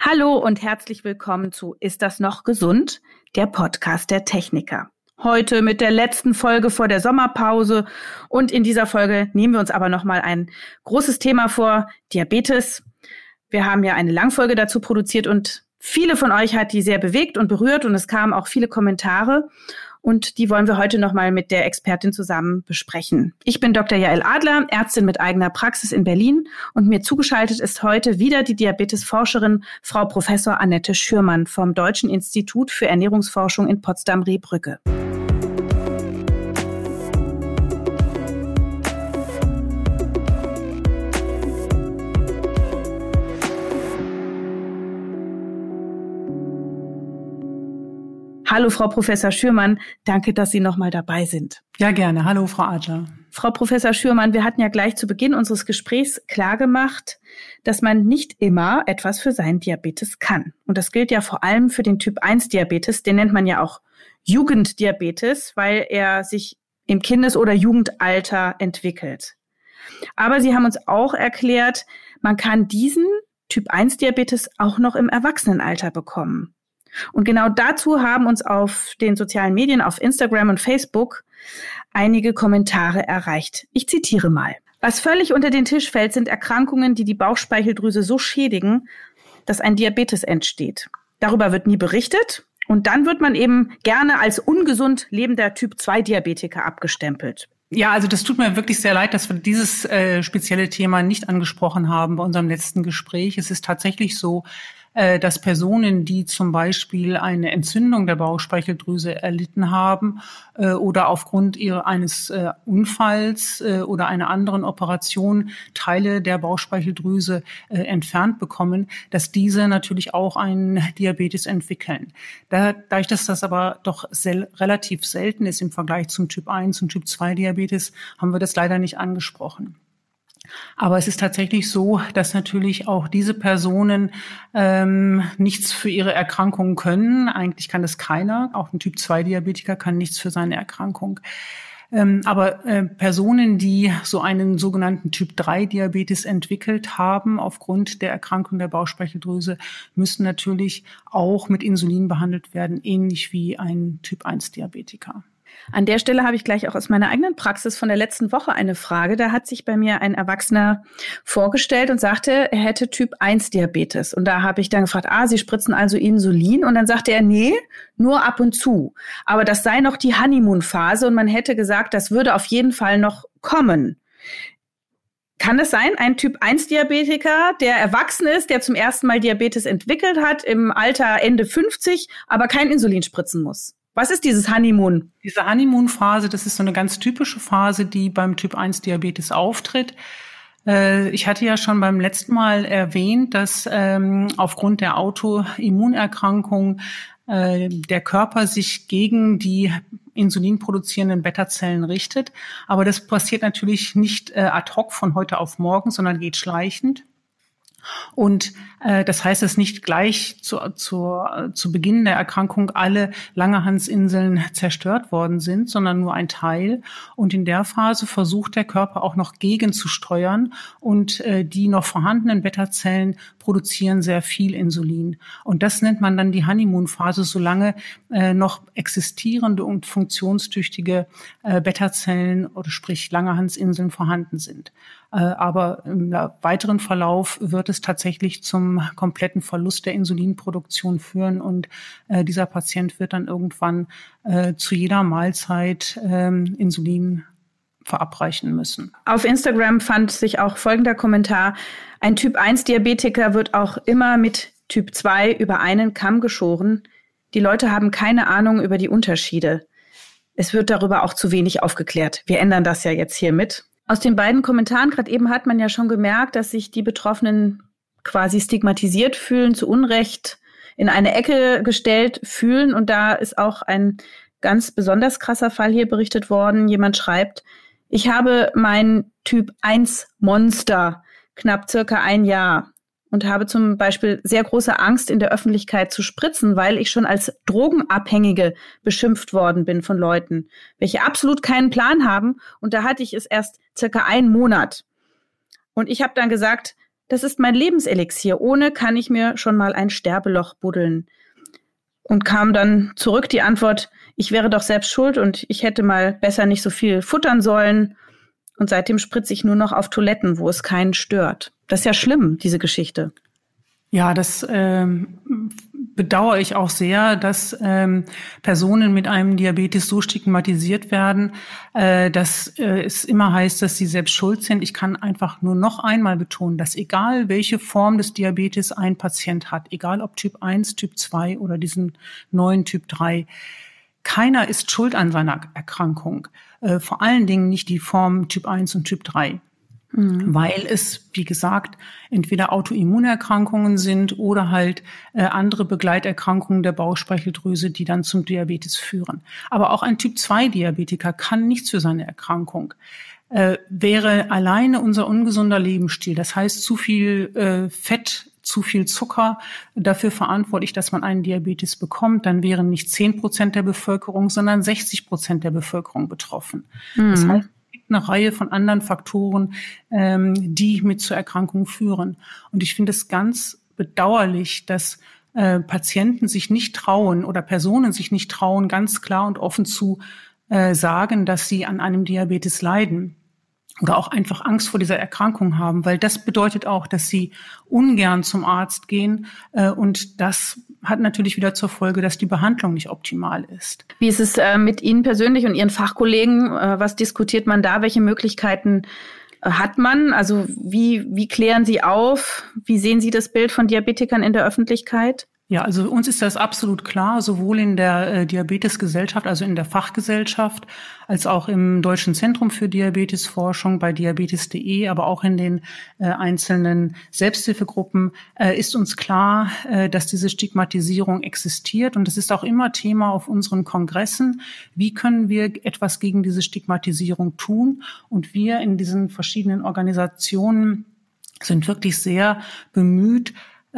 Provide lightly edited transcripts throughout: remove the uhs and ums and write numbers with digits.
Hallo und herzlich willkommen zu Ist das noch gesund? Der Podcast der Techniker. Heute mit der letzten Folge vor der Sommerpause und in dieser Folge nehmen wir uns aber nochmal ein großes Thema vor, Diabetes. Wir haben ja eine Langfolge dazu produziert und viele von euch hat die sehr bewegt und berührt und es kamen auch viele Kommentare und die wollen wir heute nochmal mit der Expertin zusammen besprechen. Ich bin Dr. Jael Adler, Ärztin mit eigener Praxis in Berlin und mir zugeschaltet ist heute wieder die Diabetesforscherin Frau Professor Annette Schürmann vom Deutschen Institut für Ernährungsforschung in Potsdam-Rehbrücke. Hallo, Frau Professor Schürmann. Danke, dass Sie nochmal dabei sind. Ja, gerne. Hallo, Frau Adler. Frau Professor Schürmann, wir hatten ja gleich zu Beginn unseres Gesprächs klargemacht, dass man nicht immer etwas für seinen Diabetes kann. Und das gilt ja vor allem für den Typ-1-Diabetes. Den nennt man ja auch Jugenddiabetes, weil er sich im Kindes- oder Jugendalter entwickelt. Aber Sie haben uns auch erklärt, man kann diesen Typ-1-Diabetes auch noch im Erwachsenenalter bekommen. Und genau dazu haben uns auf den sozialen Medien, auf Instagram und Facebook, einige Kommentare erreicht. Ich zitiere mal. Was völlig unter den Tisch fällt, sind Erkrankungen, die die Bauchspeicheldrüse so schädigen, dass ein Diabetes entsteht. Darüber wird nie berichtet und dann wird man eben gerne als ungesund lebender Typ-2-Diabetiker abgestempelt. Ja, also das tut mir wirklich sehr leid, dass wir dieses spezielle Thema nicht angesprochen haben bei unserem letzten Gespräch. Es ist tatsächlich so, dass Personen, die zum Beispiel eine Entzündung der Bauchspeicheldrüse erlitten haben oder aufgrund eines Unfalls oder einer anderen Operation Teile der Bauchspeicheldrüse entfernt bekommen, dass diese natürlich auch einen Diabetes entwickeln. Dadurch, dass das aber doch relativ selten ist im Vergleich zum Typ 1 und Typ 2 Diabetes, haben wir das leider nicht angesprochen. Aber es ist tatsächlich so, dass natürlich auch diese Personen nichts für ihre Erkrankung können. Eigentlich kann das keiner. Auch ein Typ-2-Diabetiker kann nichts für seine Erkrankung. Aber Personen, die so einen sogenannten Typ-3-Diabetes entwickelt haben, aufgrund der Erkrankung der Bauchspeicheldrüse, müssen natürlich auch mit Insulin behandelt werden, ähnlich wie ein Typ-1-Diabetiker. An der Stelle habe ich gleich auch aus meiner eigenen Praxis von der letzten Woche eine Frage. Da hat sich bei mir ein Erwachsener vorgestellt und sagte, er hätte Typ-1-Diabetes. Und da habe ich dann gefragt, Sie spritzen also Insulin? Und dann sagte er, nee, nur ab und zu. Aber das sei noch die Honeymoon-Phase und man hätte gesagt, das würde auf jeden Fall noch kommen. Kann es sein, ein Typ-1-Diabetiker, der erwachsen ist, der zum ersten Mal Diabetes entwickelt hat, im Alter Ende 50, aber kein Insulin spritzen muss? Was ist dieses Honeymoon? Diese Honeymoon-Phase, das ist so eine ganz typische Phase, die beim Typ-1-Diabetes auftritt. Ich hatte ja schon beim letzten Mal erwähnt, dass aufgrund der Autoimmunerkrankung der Körper sich gegen die insulinproduzierenden Beta-Zellen richtet. Aber das passiert natürlich nicht ad hoc von heute auf morgen, sondern geht schleichend. Und das heißt, dass nicht gleich zu Beginn der Erkrankung alle Langerhansinseln zerstört worden sind, sondern nur ein Teil. Und in der Phase versucht der Körper auch noch gegenzusteuern und die noch vorhandenen Beta-Zellen produzieren sehr viel Insulin. Und das nennt man dann die Honeymoon-Phase, solange noch existierende und funktionstüchtige Beta-Zellen oder sprich Langerhansinseln vorhanden sind. Aber im weiteren Verlauf wird es tatsächlich zum kompletten Verlust der Insulinproduktion führen und dieser Patient wird dann irgendwann zu jeder Mahlzeit Insulin verabreichen müssen. Auf Instagram fand sich auch folgender Kommentar: Ein Typ-1-Diabetiker wird auch immer mit Typ 2 über einen Kamm geschoren. Die Leute haben keine Ahnung über die Unterschiede. Es wird darüber auch zu wenig aufgeklärt. Wir ändern das ja jetzt hiermit. Aus den beiden Kommentaren gerade eben hat man ja schon gemerkt, dass sich die Betroffenen quasi stigmatisiert fühlen, zu Unrecht in eine Ecke gestellt fühlen. Und da ist auch ein ganz besonders krasser Fall hier berichtet worden. Jemand schreibt, ich habe mein Typ-1-Monster knapp circa ein Jahr und habe zum Beispiel sehr große Angst, in der Öffentlichkeit zu spritzen, weil ich schon als Drogenabhängige beschimpft worden bin von Leuten, welche absolut keinen Plan haben. Und da hatte ich es erst circa einen Monat. Und ich habe dann gesagt, das ist mein Lebenselixier. Ohne kann ich mir schon mal ein Sterbeloch buddeln. Und kam dann zurück die Antwort, ich wäre doch selbst schuld und ich hätte mal besser nicht so viel futtern sollen. Und seitdem spritze ich nur noch auf Toiletten, wo es keinen stört. Das ist ja schlimm, diese Geschichte. Ja, das bedauere ich auch sehr, dass Personen mit einem Diabetes so stigmatisiert werden, dass es immer heißt, dass sie selbst schuld sind. Ich kann einfach nur noch einmal betonen, dass egal welche Form des Diabetes ein Patient hat, egal ob Typ 1, Typ 2 oder diesen neuen Typ 3, keiner ist schuld an seiner Erkrankung. Vor allen Dingen nicht die Form Typ 1 und Typ 3. Weil es, wie gesagt, entweder Autoimmunerkrankungen sind oder halt andere Begleiterkrankungen der Bauchspeicheldrüse, die dann zum Diabetes führen. Aber auch ein Typ-2-Diabetiker kann nichts für seine Erkrankung. Wäre alleine unser ungesunder Lebensstil, das heißt zu viel Fett, zu viel Zucker, dafür verantwortlich, dass man einen Diabetes bekommt, dann wären nicht 10% der Bevölkerung, sondern 60% der Bevölkerung betroffen. Das heißt, eine Reihe von anderen Faktoren, die mit zur Erkrankung führen. Und ich finde es ganz bedauerlich, dass Patienten sich nicht trauen oder Personen sich nicht trauen, ganz klar und offen zu sagen, dass sie an einem Diabetes leiden oder auch einfach Angst vor dieser Erkrankung haben, weil das bedeutet auch, dass sie ungern zum Arzt gehen und das hat natürlich wieder zur Folge, dass die Behandlung nicht optimal ist. Wie ist es mit Ihnen persönlich und Ihren Fachkollegen? Was diskutiert man da? Welche Möglichkeiten hat man? Also wie klären Sie auf? Wie sehen Sie das Bild von Diabetikern in der Öffentlichkeit? Ja, also uns ist das absolut klar, sowohl in der Diabetesgesellschaft, also in der Fachgesellschaft, als auch im Deutschen Zentrum für Diabetesforschung bei diabetes.de, aber auch in den einzelnen Selbsthilfegruppen ist uns klar, dass diese Stigmatisierung existiert. Und es ist auch immer Thema auf unseren Kongressen. Wie können wir etwas gegen diese Stigmatisierung tun? Und wir in diesen verschiedenen Organisationen sind wirklich sehr bemüht,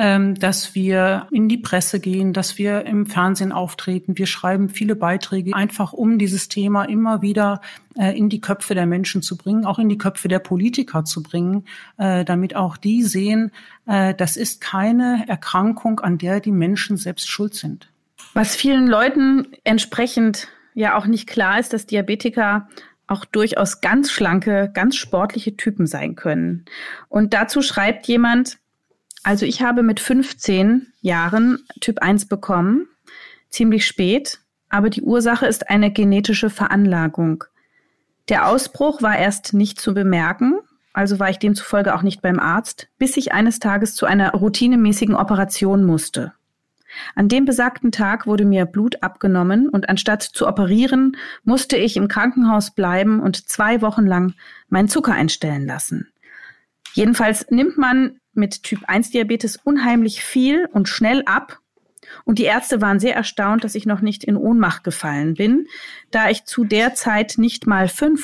dass wir in die Presse gehen, dass wir im Fernsehen auftreten. Wir schreiben viele Beiträge, einfach um dieses Thema immer wieder in die Köpfe der Menschen zu bringen, auch in die Köpfe der Politiker zu bringen, damit auch die sehen, das ist keine Erkrankung, an der die Menschen selbst schuld sind. Was vielen Leuten entsprechend ja auch nicht klar ist, dass Diabetiker auch durchaus ganz schlanke, ganz sportliche Typen sein können. Und dazu schreibt jemand, also ich habe mit 15 Jahren Typ 1 bekommen, ziemlich spät, aber die Ursache ist eine genetische Veranlagung. Der Ausbruch war erst nicht zu bemerken, also war ich demzufolge auch nicht beim Arzt, bis ich eines Tages zu einer routinemäßigen Operation musste. An dem besagten Tag wurde mir Blut abgenommen und anstatt zu operieren, musste ich im Krankenhaus bleiben und 2 Wochen lang meinen Zucker einstellen lassen. Jedenfalls nimmt man mit Typ-1-Diabetes unheimlich viel und schnell ab. Und die Ärzte waren sehr erstaunt, dass ich noch nicht in Ohnmacht gefallen bin, da ich zu der Zeit nicht mal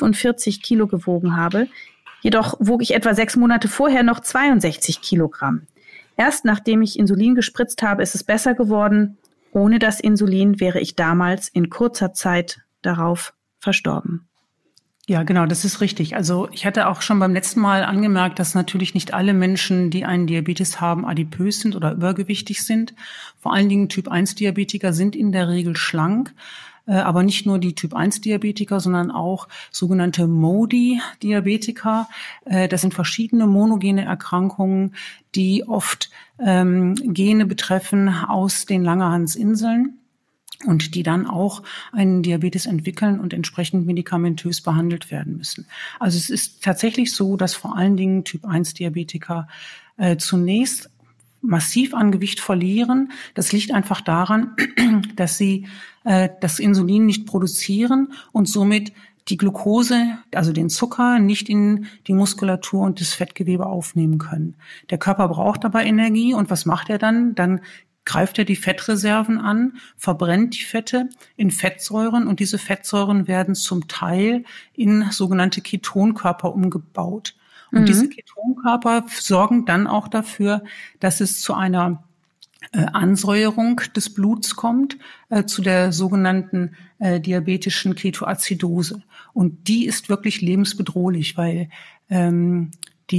45 Kilo gewogen habe. Jedoch wog ich etwa 6 Monate vorher noch 62 Kilogramm. Erst nachdem ich Insulin gespritzt habe, ist es besser geworden. Ohne das Insulin wäre ich damals in kurzer Zeit darauf verstorben. Ja, genau, das ist richtig. Also ich hatte auch schon beim letzten Mal angemerkt, dass natürlich nicht alle Menschen, die einen Diabetes haben, adipös sind oder übergewichtig sind. Vor allen Dingen Typ-1-Diabetiker sind in der Regel schlank. Aber nicht nur die Typ-1-Diabetiker, sondern auch sogenannte MODY-Diabetiker. Das sind verschiedene monogene Erkrankungen, die oft Gene betreffen aus den Langerhansinseln. Und die dann auch einen Diabetes entwickeln und entsprechend medikamentös behandelt werden müssen. Also es ist tatsächlich so, dass vor allen Dingen Typ-1-Diabetiker zunächst massiv an Gewicht verlieren. Das liegt einfach daran, dass sie das Insulin nicht produzieren und somit die Glucose, also den Zucker, nicht in die Muskulatur und das Fettgewebe aufnehmen können. Der Körper braucht aber Energie und was macht er dann? Dann greift er die Fettreserven an, verbrennt die Fette in Fettsäuren und diese Fettsäuren werden zum Teil in sogenannte Ketonkörper umgebaut. Und diese Ketonkörper sorgen dann auch dafür, dass es zu einer Ansäuerung des Bluts kommt, zu der sogenannten diabetischen Ketoazidose. Und die ist wirklich lebensbedrohlich, weil die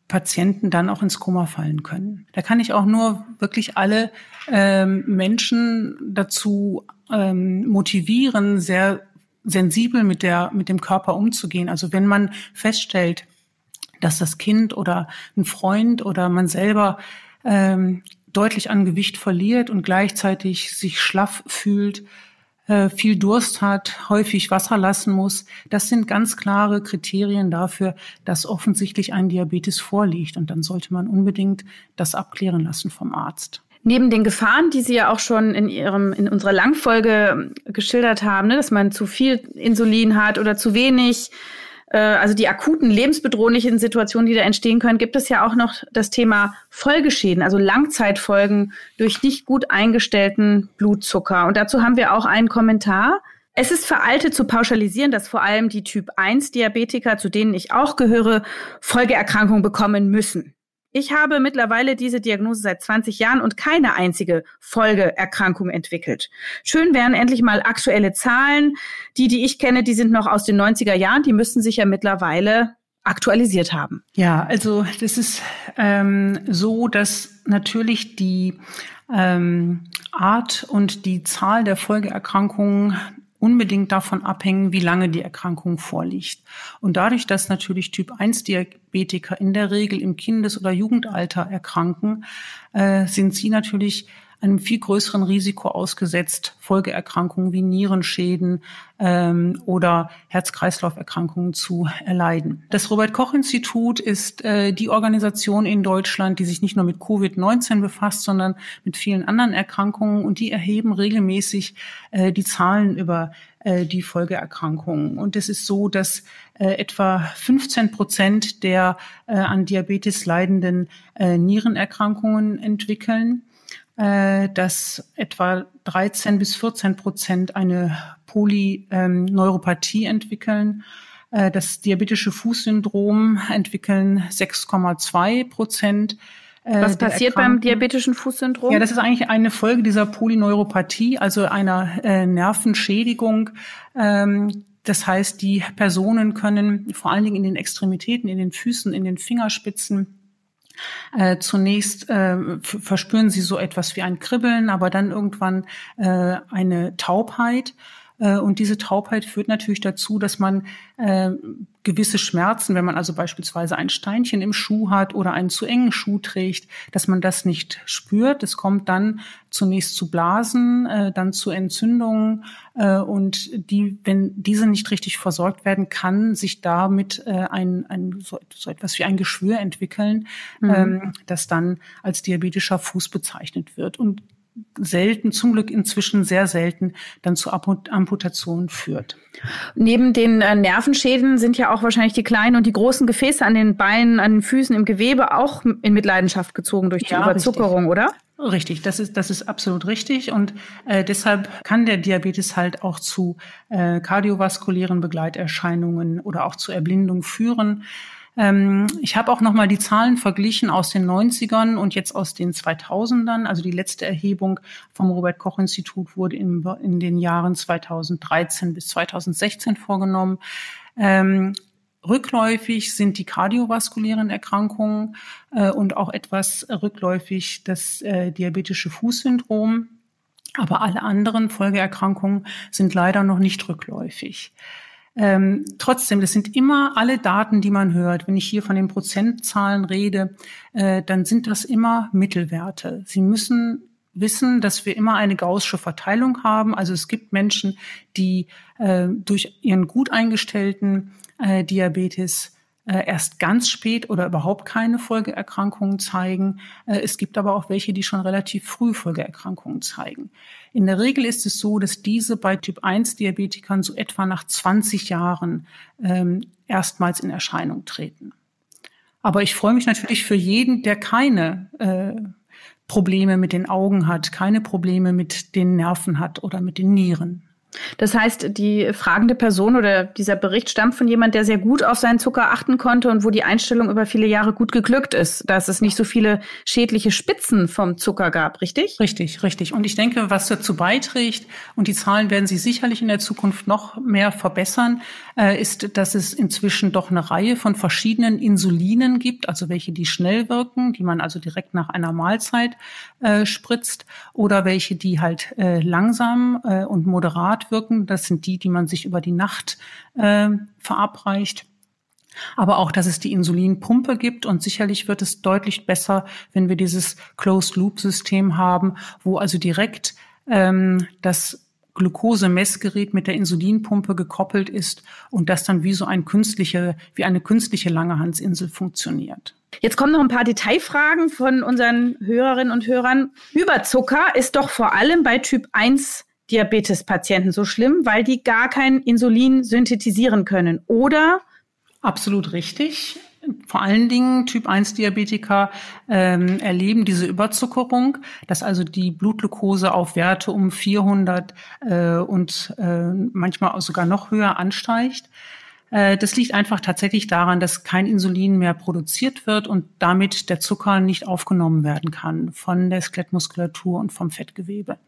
Patienten dann auch ins Koma fallen können. Da kann ich auch nur wirklich alle Menschen dazu motivieren, sehr sensibel mit dem Körper umzugehen. Also wenn man feststellt, dass das Kind oder ein Freund oder man selber deutlich an Gewicht verliert und gleichzeitig sich schlaff fühlt, viel Durst hat, häufig Wasser lassen muss. Das sind ganz klare Kriterien dafür, dass offensichtlich ein Diabetes vorliegt. Und dann sollte man unbedingt das abklären lassen vom Arzt. Neben den Gefahren, die Sie ja auch schon in unserer Langfolge geschildert haben, ne, dass man zu viel Insulin hat oder zu wenig, also die akuten lebensbedrohlichen Situationen, die da entstehen können, gibt es ja auch noch das Thema Folgeschäden, also Langzeitfolgen durch nicht gut eingestellten Blutzucker. Und dazu haben wir auch einen Kommentar. Es ist veraltet zu pauschalisieren, dass vor allem die Typ-1-Diabetiker, zu denen ich auch gehöre, Folgeerkrankungen bekommen müssen. Ich habe mittlerweile diese Diagnose seit 20 Jahren und keine einzige Folgeerkrankung entwickelt. Schön wären endlich mal aktuelle Zahlen. Die ich kenne, die sind noch aus den 90er Jahren. Die müssten sich ja mittlerweile aktualisiert haben. Ja, also das ist so, dass natürlich die Art und die Zahl der Folgeerkrankungen unbedingt davon abhängen, wie lange die Erkrankung vorliegt. Und dadurch, dass natürlich Typ-1-Diabetiker in der Regel im Kindes- oder Jugendalter erkranken, sind sie natürlich einem viel größeren Risiko ausgesetzt, Folgeerkrankungen wie Nierenschäden oder Herz-Kreislauf-Erkrankungen zu erleiden. Das Robert-Koch-Institut ist die Organisation in Deutschland, die sich nicht nur mit Covid-19 befasst, sondern mit vielen anderen Erkrankungen. Und die erheben regelmäßig die Zahlen über die Folgeerkrankungen. Und es ist so, dass etwa 15% der an Diabetes leidenden Nierenerkrankungen entwickeln, dass etwa 13-14% eine Polyneuropathie entwickeln. Das diabetische Fußsyndrom entwickeln 6,2%. Was passiert beim diabetischen Fußsyndrom? Ja, das ist eigentlich eine Folge dieser Polyneuropathie, also einer Nervenschädigung. Das heißt, die Personen können vor allen Dingen in den Extremitäten, in den Füßen, in den Fingerspitzen zunächst verspüren sie so etwas wie ein Kribbeln, aber dann irgendwann eine Taubheit. Und diese Taubheit führt natürlich dazu, dass man gewisse Schmerzen, wenn man also beispielsweise ein Steinchen im Schuh hat oder einen zu engen Schuh trägt, dass man das nicht spürt. Es kommt dann zunächst zu Blasen, dann zu Entzündungen und wenn diese nicht richtig versorgt werden, kann sich damit so etwas wie ein Geschwür entwickeln, das dann als diabetischer Fuß bezeichnet wird und selten, zum Glück inzwischen sehr selten, dann zu Amputationen führt. Neben den Nervenschäden sind ja auch wahrscheinlich die kleinen und die großen Gefäße an den Beinen, an den Füßen, im Gewebe auch in Mitleidenschaft gezogen durch die Überzuckerung, richtig. Oder? Richtig, das ist absolut richtig und deshalb kann der Diabetes halt auch zu kardiovaskulären Begleiterscheinungen oder auch zu Erblindung führen. Ich habe auch nochmal die Zahlen verglichen aus den 90ern und jetzt aus den 2000ern. Also die letzte Erhebung vom Robert-Koch-Institut wurde in den Jahren 2013 bis 2016 vorgenommen. Rückläufig sind die kardiovaskulären Erkrankungen und auch etwas rückläufig das diabetische Fußsyndrom. Aber alle anderen Folgeerkrankungen sind leider noch nicht rückläufig. Trotzdem, das sind immer alle Daten, die man hört. Wenn ich hier von den Prozentzahlen rede, dann sind das immer Mittelwerte. Sie müssen wissen, dass wir immer eine gaußsche Verteilung haben. Also es gibt Menschen, die durch ihren gut eingestellten Diabetes erst ganz spät oder überhaupt keine Folgeerkrankungen zeigen. Es gibt aber auch welche, die schon relativ früh Folgeerkrankungen zeigen. In der Regel ist es so, dass diese bei Typ-1-Diabetikern so etwa nach 20 Jahren erstmals in Erscheinung treten. Aber ich freue mich natürlich für jeden, der keine Probleme mit den Augen hat, keine Probleme mit den Nerven hat oder mit den Nieren. Das heißt, die fragende Person oder dieser Bericht stammt von jemand, der sehr gut auf seinen Zucker achten konnte und wo die Einstellung über viele Jahre gut geglückt ist, dass es nicht so viele schädliche Spitzen vom Zucker gab, richtig? Richtig, richtig. Und ich denke, was dazu beiträgt, und die Zahlen werden sich sicherlich in der Zukunft noch mehr verbessern, ist, dass es inzwischen doch eine Reihe von verschiedenen Insulinen gibt, also welche, die schnell wirken, die man also direkt nach einer Mahlzeit spritzt, oder welche, die halt langsam und moderat wirken. Das sind die man sich über die Nacht verabreicht. Aber auch, dass es die Insulinpumpe gibt, und sicherlich wird es deutlich besser, wenn wir dieses Closed-Loop-System haben, wo also direkt das Glukosemessgerät mit der Insulinpumpe gekoppelt ist und das dann wie eine künstliche Langerhansinsel funktioniert. Jetzt kommen noch ein paar Detailfragen von unseren Hörerinnen und Hörern. Überzucker ist doch vor allem bei Typ 1 Diabetes-Patienten so schlimm, weil die gar kein Insulin synthetisieren können, oder? Absolut richtig. Vor allen Dingen Typ-1-Diabetiker erleben diese Überzuckerung, dass also die Blutglucose auf Werte um 400 und manchmal sogar noch höher ansteigt. Das liegt einfach tatsächlich daran, dass kein Insulin mehr produziert wird und damit der Zucker nicht aufgenommen werden kann von der Skelettmuskulatur und vom Fettgewebe.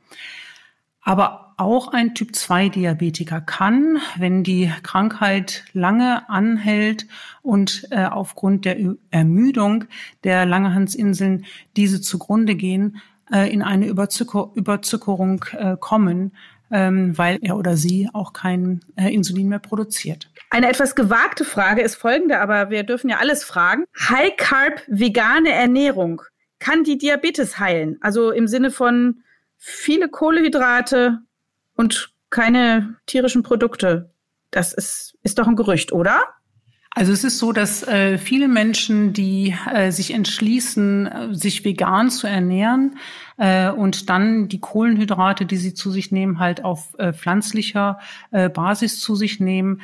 Aber auch ein Typ-2-Diabetiker kann, wenn die Krankheit lange anhält und aufgrund der Ermüdung der Langerhansinseln diese zugrunde gehen, in eine Überzuckerung kommen, weil er oder sie auch kein Insulin mehr produziert. Eine etwas gewagte Frage ist folgende, aber wir dürfen ja alles fragen. High-Carb vegane Ernährung, kann die Diabetes heilen? Also im Sinne von viele Kohlenhydrate und keine tierischen Produkte. Das ist doch ein Gerücht, oder? Also es ist so, dass viele Menschen, die sich entschließen, sich vegan zu ernähren und dann die Kohlenhydrate, die sie zu sich nehmen, halt auf pflanzlicher Basis zu sich nehmen,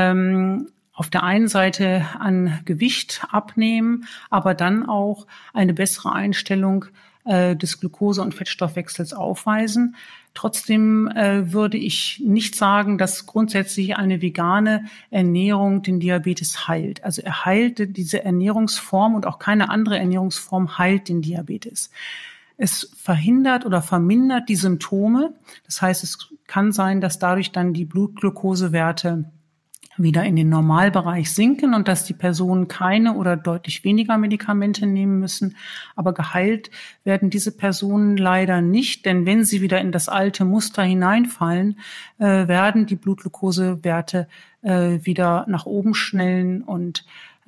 auf der einen Seite an Gewicht abnehmen, aber dann auch eine bessere Einstellung des Glucose- und Fettstoffwechsels aufweisen. Trotzdem würde ich nicht sagen, dass grundsätzlich eine vegane Ernährung den Diabetes heilt. Also er heilt diese Ernährungsform, und auch keine andere Ernährungsform heilt den Diabetes. Es verhindert oder vermindert die Symptome. Das heißt, es kann sein, dass dadurch dann die Blutglukosewerte wieder in den Normalbereich sinken und dass die Personen keine oder deutlich weniger Medikamente nehmen müssen. Aber geheilt werden diese Personen leider nicht, denn wenn sie wieder in das alte Muster hineinfallen, werden die Blutglukosewerte wieder nach oben schnellen und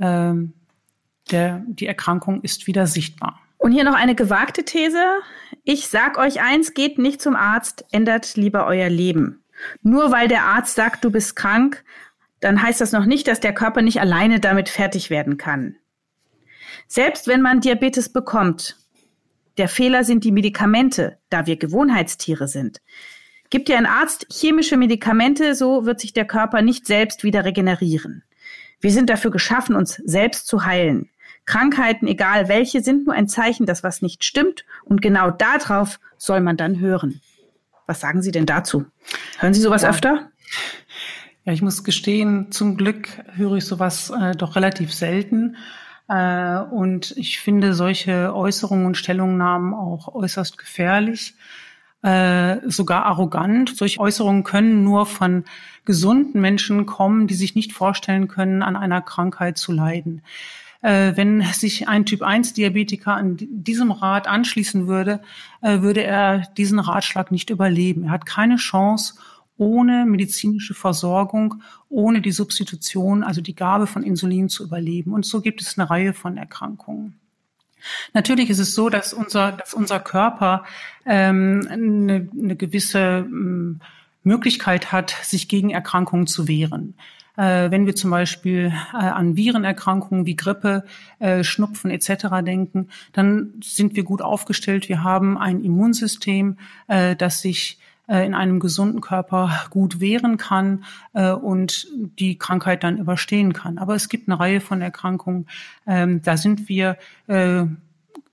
die Erkrankung ist wieder sichtbar. Und hier noch eine gewagte These. Ich sag euch eins, geht nicht zum Arzt, ändert lieber euer Leben. Nur weil der Arzt sagt, du bist krank, dann heißt das noch nicht, dass der Körper nicht alleine damit fertig werden kann. Selbst wenn man Diabetes bekommt, der Fehler sind die Medikamente, da wir Gewohnheitstiere sind. Gibt dir ein Arzt chemische Medikamente, so wird sich der Körper nicht selbst wieder regenerieren. Wir sind dafür geschaffen, uns selbst zu heilen. Krankheiten, egal welche, sind nur ein Zeichen, dass was nicht stimmt, und genau darauf soll man dann hören. Was sagen Sie denn dazu? Hören Sie sowas öfter? Ja, ich muss gestehen, zum Glück höre ich sowas doch relativ selten. Und ich finde solche Äußerungen und Stellungnahmen auch äußerst gefährlich, sogar arrogant. Solche Äußerungen können nur von gesunden Menschen kommen, die sich nicht vorstellen können, an einer Krankheit zu leiden. Wenn sich ein Typ-1-Diabetiker an diesem Rat anschließen würde, würde er diesen Ratschlag nicht überleben. Er hat keine Chance, ohne medizinische Versorgung, ohne die Substitution, also die Gabe von Insulin, zu überleben. Und so gibt es eine Reihe von Erkrankungen. Natürlich ist es so, dass unser Körper eine gewisse Möglichkeit hat, sich gegen Erkrankungen zu wehren. Wenn wir zum Beispiel an Virenerkrankungen wie Grippe, Schnupfen etc. denken, dann sind wir gut aufgestellt. Wir haben ein Immunsystem, das sich in einem gesunden Körper gut wehren kann und die Krankheit dann überstehen kann. Aber es gibt eine Reihe von Erkrankungen, da sind wir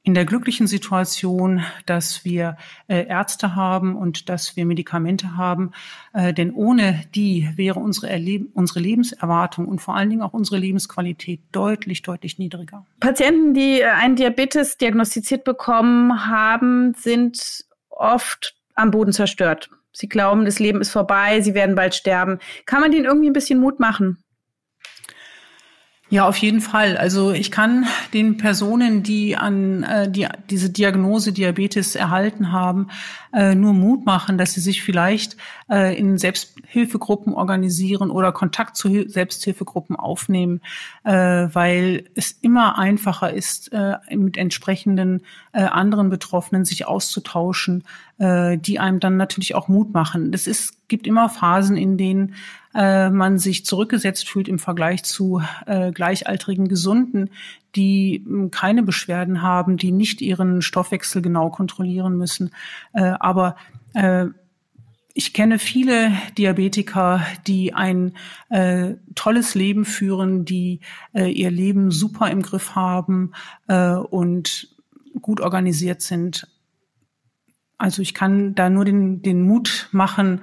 in der glücklichen Situation, dass wir Ärzte haben und dass wir Medikamente haben, denn ohne die wäre unsere Lebenserwartung und vor allen Dingen auch unsere Lebensqualität deutlich, deutlich niedriger. Patienten, die einen Diabetes diagnostiziert bekommen haben, sind oft am Boden zerstört. Sie glauben, das Leben ist vorbei, sie werden bald sterben. Kann man denen irgendwie ein bisschen Mut machen? Ja, auf jeden Fall. Also ich kann den Personen, die diese Diagnose Diabetes erhalten haben, nur Mut machen, dass sie sich vielleicht in Selbsthilfegruppen organisieren oder Kontakt zu Selbsthilfegruppen aufnehmen, weil es immer einfacher ist, mit entsprechenden anderen Betroffenen sich auszutauschen, die einem dann natürlich auch Mut machen. Gibt immer Phasen, in denen man sich zurückgesetzt fühlt im Vergleich zu gleichaltrigen Gesunden, die keine Beschwerden haben, die nicht ihren Stoffwechsel genau kontrollieren müssen. Aber ich kenne viele Diabetiker, die ein tolles Leben führen, die ihr Leben super im Griff haben und gut organisiert sind. Also ich kann da nur den Mut machen,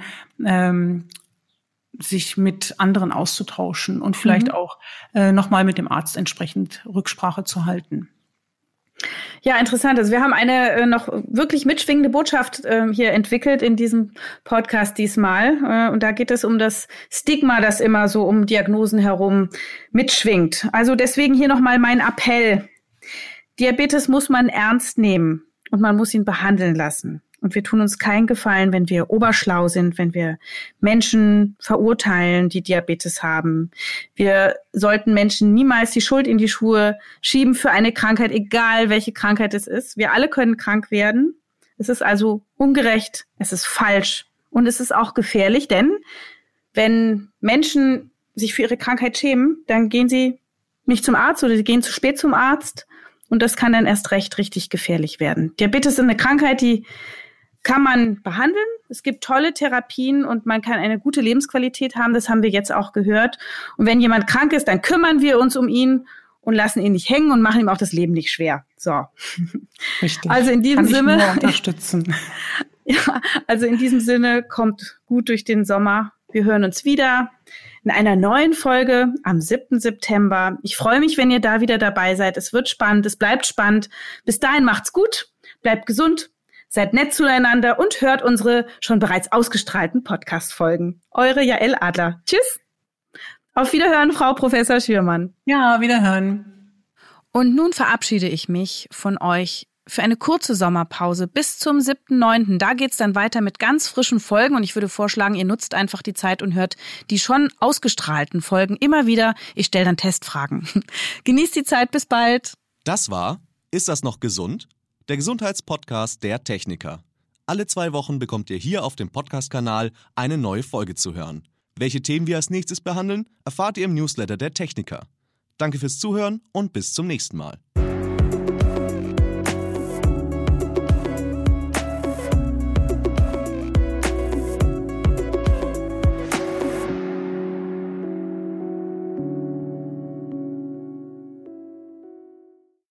sich mit anderen auszutauschen und vielleicht auch nochmal mit dem Arzt entsprechend Rücksprache zu halten. Ja, interessant. Also wir haben eine noch wirklich mitschwingende Botschaft hier entwickelt in diesem Podcast diesmal. Und da geht es um das Stigma, das immer so um Diagnosen herum mitschwingt. Also deswegen hier nochmal mein Appell. Diabetes muss man ernst nehmen und man muss ihn behandeln lassen. Und wir tun uns keinen Gefallen, wenn wir oberschlau sind, wenn wir Menschen verurteilen, die Diabetes haben. Wir sollten Menschen niemals die Schuld in die Schuhe schieben für eine Krankheit, egal welche Krankheit es ist. Wir alle können krank werden. Es ist also ungerecht, es ist falsch und es ist auch gefährlich, denn wenn Menschen sich für ihre Krankheit schämen, dann gehen sie nicht zum Arzt oder sie gehen zu spät zum Arzt und das kann dann erst recht richtig gefährlich werden. Diabetes ist eine Krankheit, die kann man behandeln. Es gibt tolle Therapien und man kann eine gute Lebensqualität haben. Das haben wir jetzt auch gehört. Und wenn jemand krank ist, dann kümmern wir uns um ihn und lassen ihn nicht hängen und machen ihm auch das Leben nicht schwer. So. Richtig. Also in diesem Sinne. Nur unterstützen. Ja, also in diesem Sinne, kommt gut durch den Sommer. Wir hören uns wieder in einer neuen Folge am 7. September. Ich freue mich, wenn ihr da wieder dabei seid. Es wird spannend, es bleibt spannend. Bis dahin macht's gut, bleibt gesund. Seid nett zueinander und hört unsere schon bereits ausgestrahlten Podcast-Folgen. Eure Jael Adler. Tschüss. Auf Wiederhören, Frau Professor Schürmann. Ja, Wiederhören. Und nun verabschiede ich mich von euch für eine kurze Sommerpause bis zum 7.9. Da geht's dann weiter mit ganz frischen Folgen und ich würde vorschlagen, ihr nutzt einfach die Zeit und hört die schon ausgestrahlten Folgen immer wieder. Ich stelle dann Testfragen. Genießt die Zeit, bis bald. Das war Ist das noch gesund? Der Gesundheitspodcast der Techniker. Alle 2 Wochen bekommt ihr hier auf dem Podcast-Kanal eine neue Folge zu hören. Welche Themen wir als nächstes behandeln, erfahrt ihr im Newsletter der Techniker. Danke fürs Zuhören und bis zum nächsten Mal.